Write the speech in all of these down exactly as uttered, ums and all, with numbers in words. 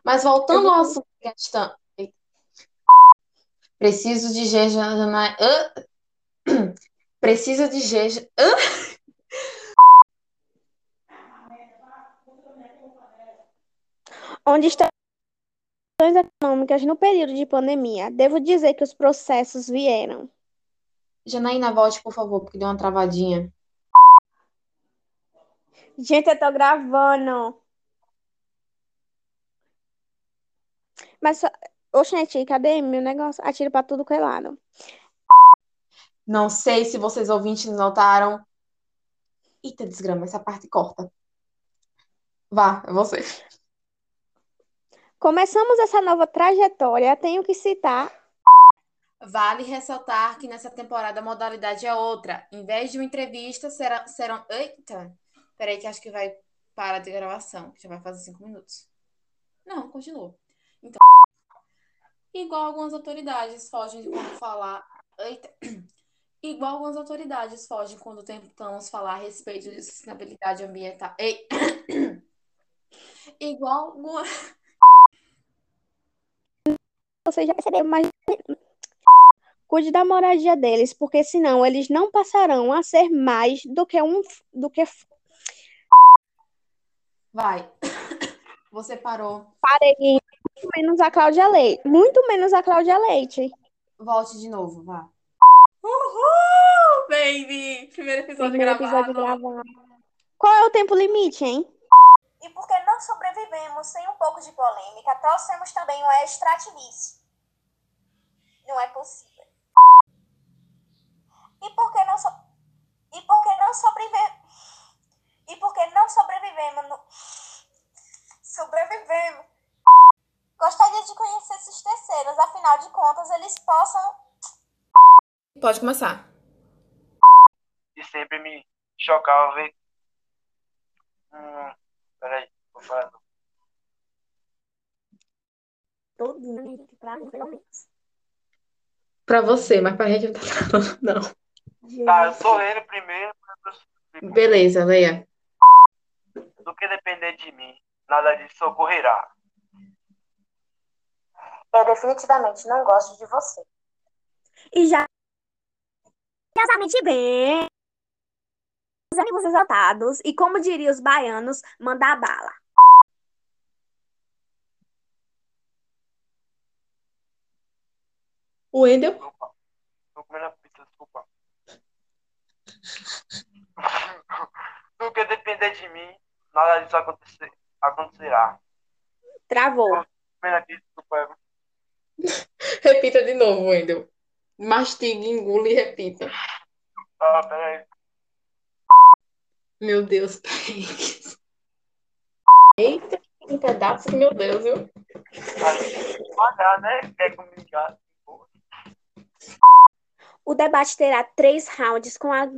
Mas Eu voltando vou ao comer. assunto que a gente tá- Preciso de Geja... Jana- Hã? Preciso de Geja... Hã? Onde estão as ações econômicas no período de pandemia? Devo dizer que os processos vieram. Janaína, volte, por favor, porque deu uma travadinha. Gente, eu tô gravando. Mas, só- oxente, cadê meu negócio? Atira pra tudo que é lado. Não sei se vocês ouvintes notaram. Eita, desgrama, essa parte corta. Vá, é você. Começamos essa nova trajetória. Tenho que citar. Vale ressaltar que nessa temporada a modalidade é outra. Em vez de uma entrevista, será, serão. Eita! Peraí, que acho que vai parar de gravação, que já vai fazer cinco minutos. Não, continua. Então, igual algumas autoridades fogem de quando falar. Eita! Igual algumas autoridades fogem quando tentamos falar a respeito de sustentabilidade ambiental. Ei! Igual algumas. Você já percebeu, mas cuide da moradia deles, porque senão eles não passarão a ser mais do que um do que Vai. Você parou. farei, muito menos a Cláudia Leite, muito menos a Cláudia Leite. Volte de novo, vá. Uhul, baby! Primeiro episódio Primeiro episódio gravado. gravado. Qual é o tempo limite, hein? E porque não sobrevivemos sem um pouco de polêmica, trouxemos também o extrativício. Não é possível. E porque não so... e porque não sobrevive... e porque não sobrevivemos no... sobrevivemos. Gostaria de conhecer esses terceiros, afinal de contas, eles possam. Pode começar. E sempre me chocava ver. Hum, peraí, vou falar. Todinho, pra mim, pelo menos. Pra você, mas pra gente não tá travando, não. Tá, eu Jesus. tô lendo primeiro. Beleza, Leia. Do que depender de mim, nada disso ocorrerá. Eu definitivamente não gosto de você. E já casamente bem, os amigos exaltados, e como diriam os baianos, mandar bala. O Wendel. Opa, tô comendo a pizza, desculpa. Do que depender de mim, nada disso acontecer, acontecerá. Travou. Tô comendo aqui, desculpa. Repita de novo, Wendel. Mastigue, engula e repita. Ah, peraí. Meu Deus. Eita, um pedaço, meu Deus, viu? Devagar, né? Quer comunicar? O debate terá três rounds com a.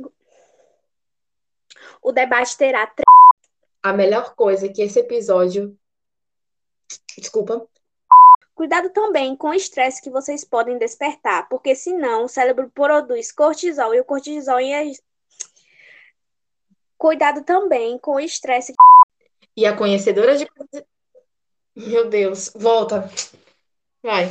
O debate terá três. A melhor coisa é que esse episódio. Desculpa. Cuidado também com o estresse que vocês podem despertar, porque senão o cérebro produz cortisol e o cortisol é. Cuidado também com o estresse. E a conhecedora de. Meu Deus, volta. Vai.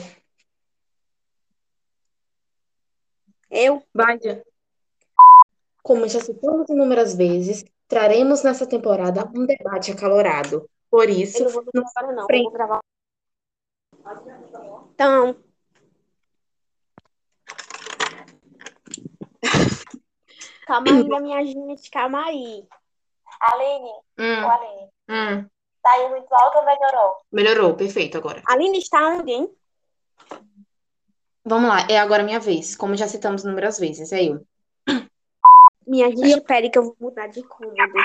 Eu, Vai, Jan. Como já citamos inúmeras vezes, traremos nessa temporada um debate acalorado. Por eu isso, não vou não gravar agora, não. Eu vou prenda. gravar. Então, calma aí, minha gente, calma aí. Aline, ou Hum, Aline, hum. tá aí muito alto ou melhorou? Melhorou, perfeito agora. A Aline está onde, hein? Vamos lá, é agora a minha vez. Como já citamos inúmeras vezes, é eu. Minha E gente, peraí que eu vou mudar de cômodo.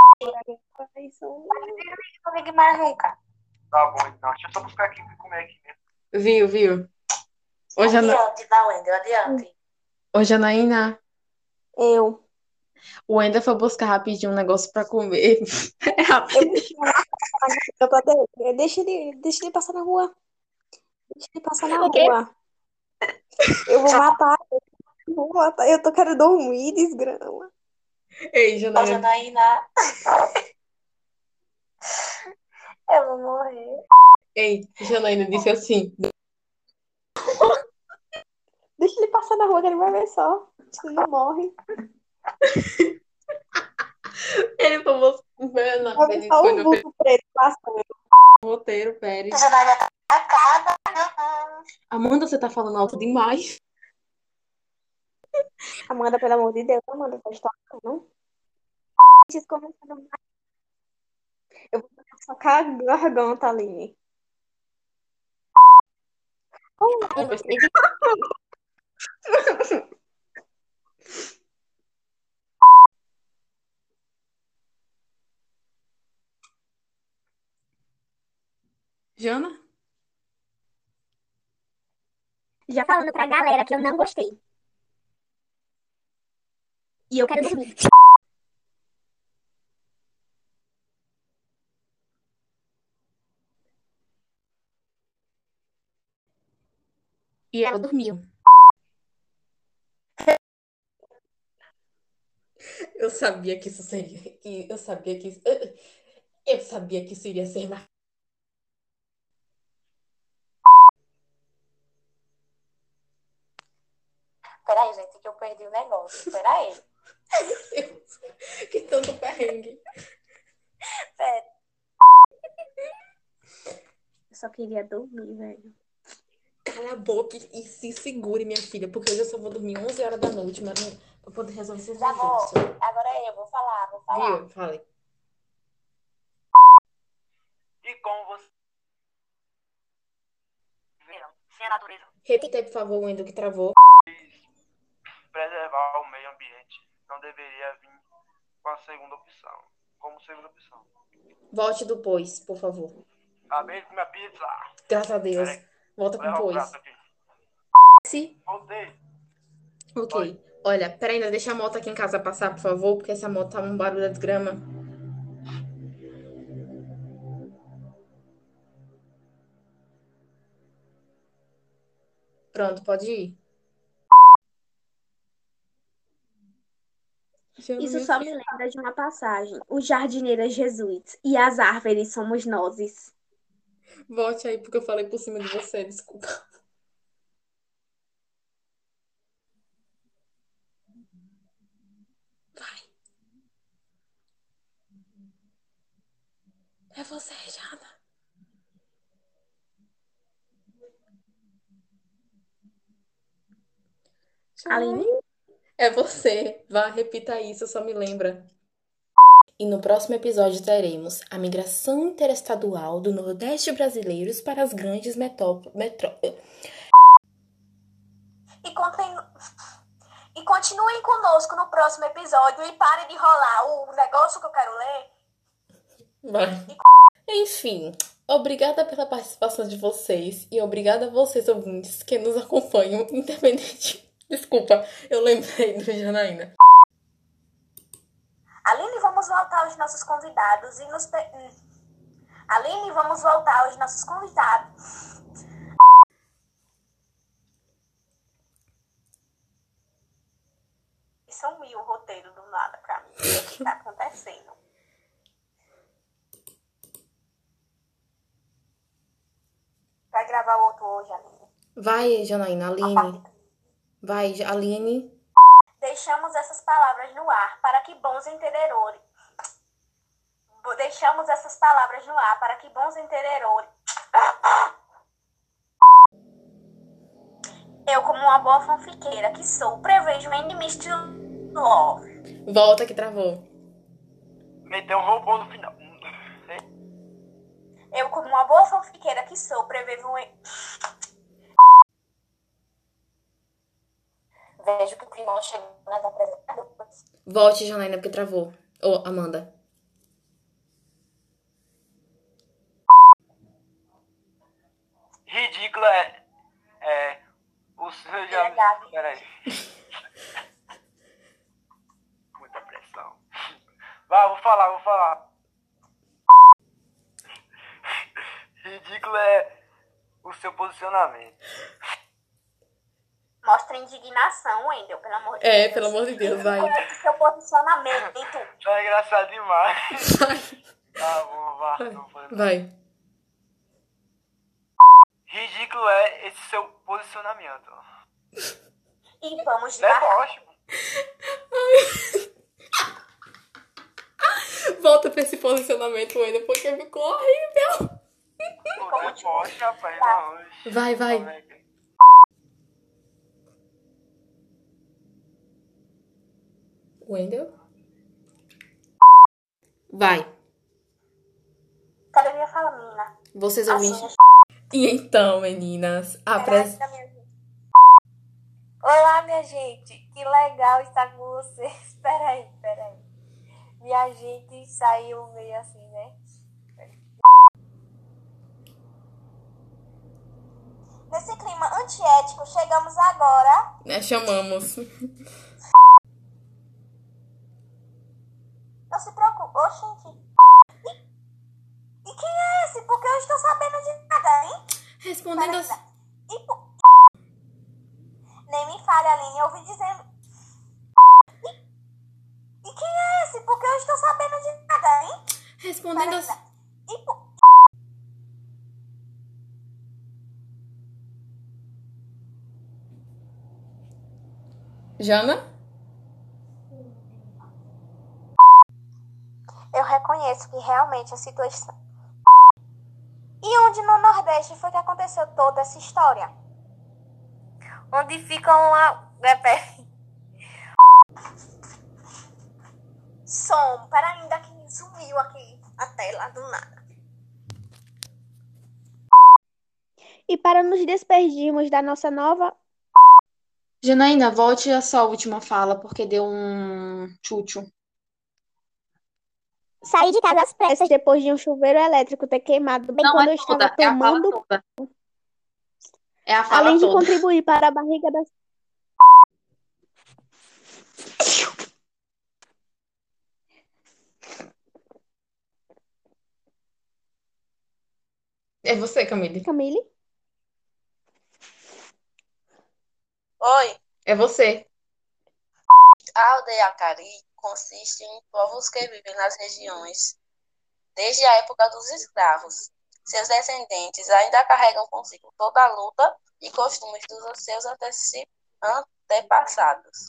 Não ligue mais nunca. Tá bom, então. Deixa eu só buscar aqui pra comer aqui mesmo. viu, viu? Ô, Jana... Adiante, vai, Wendel, adiante. Ô, Janaína, Eu. o Wender foi buscar rapidinho um negócio pra comer. É Eu rápido. deixei ela eu poder. Deixa ele, deixa ele passar na rua. Deixa ele passar na O quê? rua. Eu vou matar. Eu vou matar. Eu tô querendo dormir, desgrama. Ei, Ô, Janaína, Janaína, eu vou morrer. Ei, Janaína disse assim. Deixa ele passar na rua que ele vai ver só. Se ele não morre. Ele falou. Não, Vai ver ele só foi o no vulto preto passando. roteiro, Pérez. Janaína tá atacada, meu Deus. Amanda, você tá falando alto demais. Amanda, pelo amor de Deus, Amanda, tá estourando. Antes começando. Eu vou socar a garganta, Aline. Depois tem Jana? Já falando pra galera que eu não gostei. E eu quero dormir. E ela dormiu. Eu sabia que isso seria. Que eu sabia que isso. Eu sabia que isso iria ser mais. Peraí, gente, que eu perdi o negócio. Peraí. Deus, que tanto perrengue. Pera. Eu só queria dormir, velho. Cala a boca e, e se segure, minha filha, porque hoje eu só vou dormir onze horas da noite, mas não, pra poder resolver esses Já vou. negócios. Agora é eu, vou falar, vou falar. Viu? Falei. E como você Sem a natureza. Repita aí, por favor, o Wendel que travou. preservar o meio ambiente não deveria vir com a segunda opção, como segunda opção. Volte do pois, por favor. Acabei de comer a pizza. Graças a Deus. Peraí, Volta vou com levar o pois. prato aqui. Sim. Voltei. Ok. Olha, peraí, ainda deixa a moto aqui em casa passar, por favor, porque essa moto tá um barulho da desgrama. Pronto, pode ir. Jana, Isso minha só filha. me lembra de uma passagem. O jardineiro é Jesus e as árvores somos nozes. Volte aí, porque eu falei por cima de você, desculpa. Vai. É você, Jana. Aline? É você. Vá, repita isso, só me lembra. E no próximo episódio teremos a migração interestadual do Nordeste brasileiros para as grandes metrópoles. Metró... E, continu... e continuem conosco no próximo episódio e parem de rolar o negócio que eu quero ler. Vai. Enfim, obrigada pela participação de vocês e obrigada a vocês, ouvintes, que nos acompanham, independente. Desculpa, eu lembrei do Janaína. Aline, vamos voltar aos nossos convidados e nos... Pe... Aline, vamos voltar aos nossos convidados. Sumiu o roteiro do nada pra mim. O que tá acontecendo? Vai gravar outro hoje, Aline? Vai, Janaína, Aline. Vai, Aline. Deixamos essas palavras no ar para que bons entendedores. Deixamos essas palavras no ar para que bons entendedores. Eu, como uma boa fanfiqueira que sou, prevejo enemies to love. Volta que travou. Meteu um robô no final. Eu, como uma boa fanfiqueira que sou, prevejo um... Vejo que o Climão chegou nas apresentadoras. Volte, Janaína, porque travou. Ô, Amanda. Ridículo é. É. O seu já. Verdade. Peraí. Muita pressão. Vai, vou falar, vou falar. Ridículo é o seu posicionamento. Mostra indignação, Wendel, pelo amor de É, Deus. pelo amor de Deus, vai. Qual é o seu posicionamento, e tu? Tá engraçado demais. Vai. Tá bom, vá. Não foi. Vai. Ridículo é esse seu posicionamento. E vamos Deboche, devagar. Volta pra esse posicionamento ainda, porque ficou horrível. pô, deboche, rapaz. Não, oxi. Vai, vai. Não, né? Wendel? Vai. Cadê minha fala, menina? Vocês Assim, ouvintes. E então, meninas, a pres... da minha gente. Olá, minha gente. Que legal estar com vocês. Peraí, peraí. Minha gente saiu meio assim, né? Nesse clima antiético, chegamos agora. né, chamamos. Não se preocupe. Ô, gente. E, e quem é esse? Porque eu estou sabendo de nada, hein? Respondendo Peraí, as... E, po- Nem me fale, Aline. Eu ouvi dizendo. E, e quem é esse? Porque eu estou sabendo de nada, hein? Respondendo Peraí, as... E, po- Jana? Eu reconheço que realmente a situação. E onde no Nordeste foi que aconteceu toda essa história? Onde fica uma. Repete. Som. Peraí, ainda que sumiu aqui a tela do nada. E para nos despedirmos da nossa nova. Janaína, volte a sua última fala, porque deu um tchutchu. Saí de casa às pressas depois de um chuveiro elétrico ter queimado bem Não quando é eu estava toda, é a fala tomando, toda. É a fala além de toda. contribuir para a barriga das. É você, Camille. Camille? Oi, É você. a aldeia Acari consiste em povos que vivem nas regiões desde a época dos escravos. Seus descendentes ainda carregam consigo toda a luta e costumes dos seus anteci- antepassados.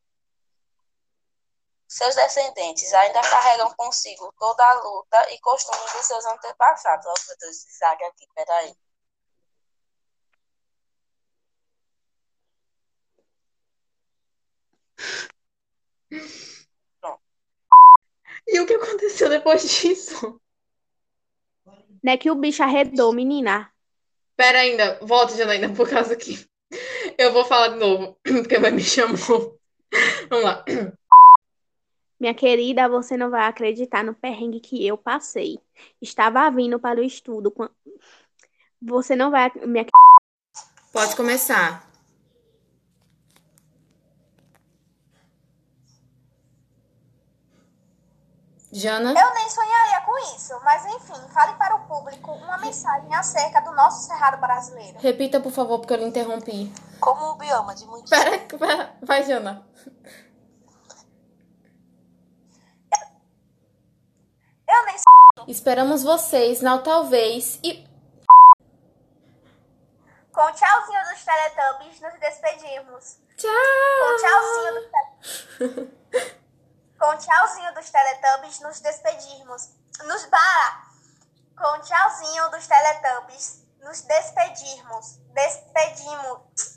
Seus descendentes ainda carregam consigo toda a luta e costumes dos seus antepassados. Ó, meu Deus, esse zague aqui, peraí. E o que aconteceu depois disso? Né, que o bicho arredou, menina. Pera ainda, volta, Janaína, por causa que eu vou falar de novo, porque vai me chamou. Vamos lá. Minha querida, você não vai acreditar no perrengue que eu passei. Estava vindo para o estudo. quan- Você não vai. Minha... Pode começar. Jana? Eu nem sonharia com isso, mas enfim, fale para o público uma mensagem acerca do nosso Cerrado brasileiro. Repita, por favor, porque eu lhe interrompi. Como um bioma de muitos Pera, pera. Vai, Jana. Eu nem Esperamos vocês na talvez e... Com o tchauzinho dos Teletubbies, nos despedimos. Tchau! Com o tchauzinho dos te- Com o tchauzinho dos Teletubbies, nos despedirmos. Nos bara. Com o tchauzinho dos Teletubbies, nos despedirmos. Despedimos.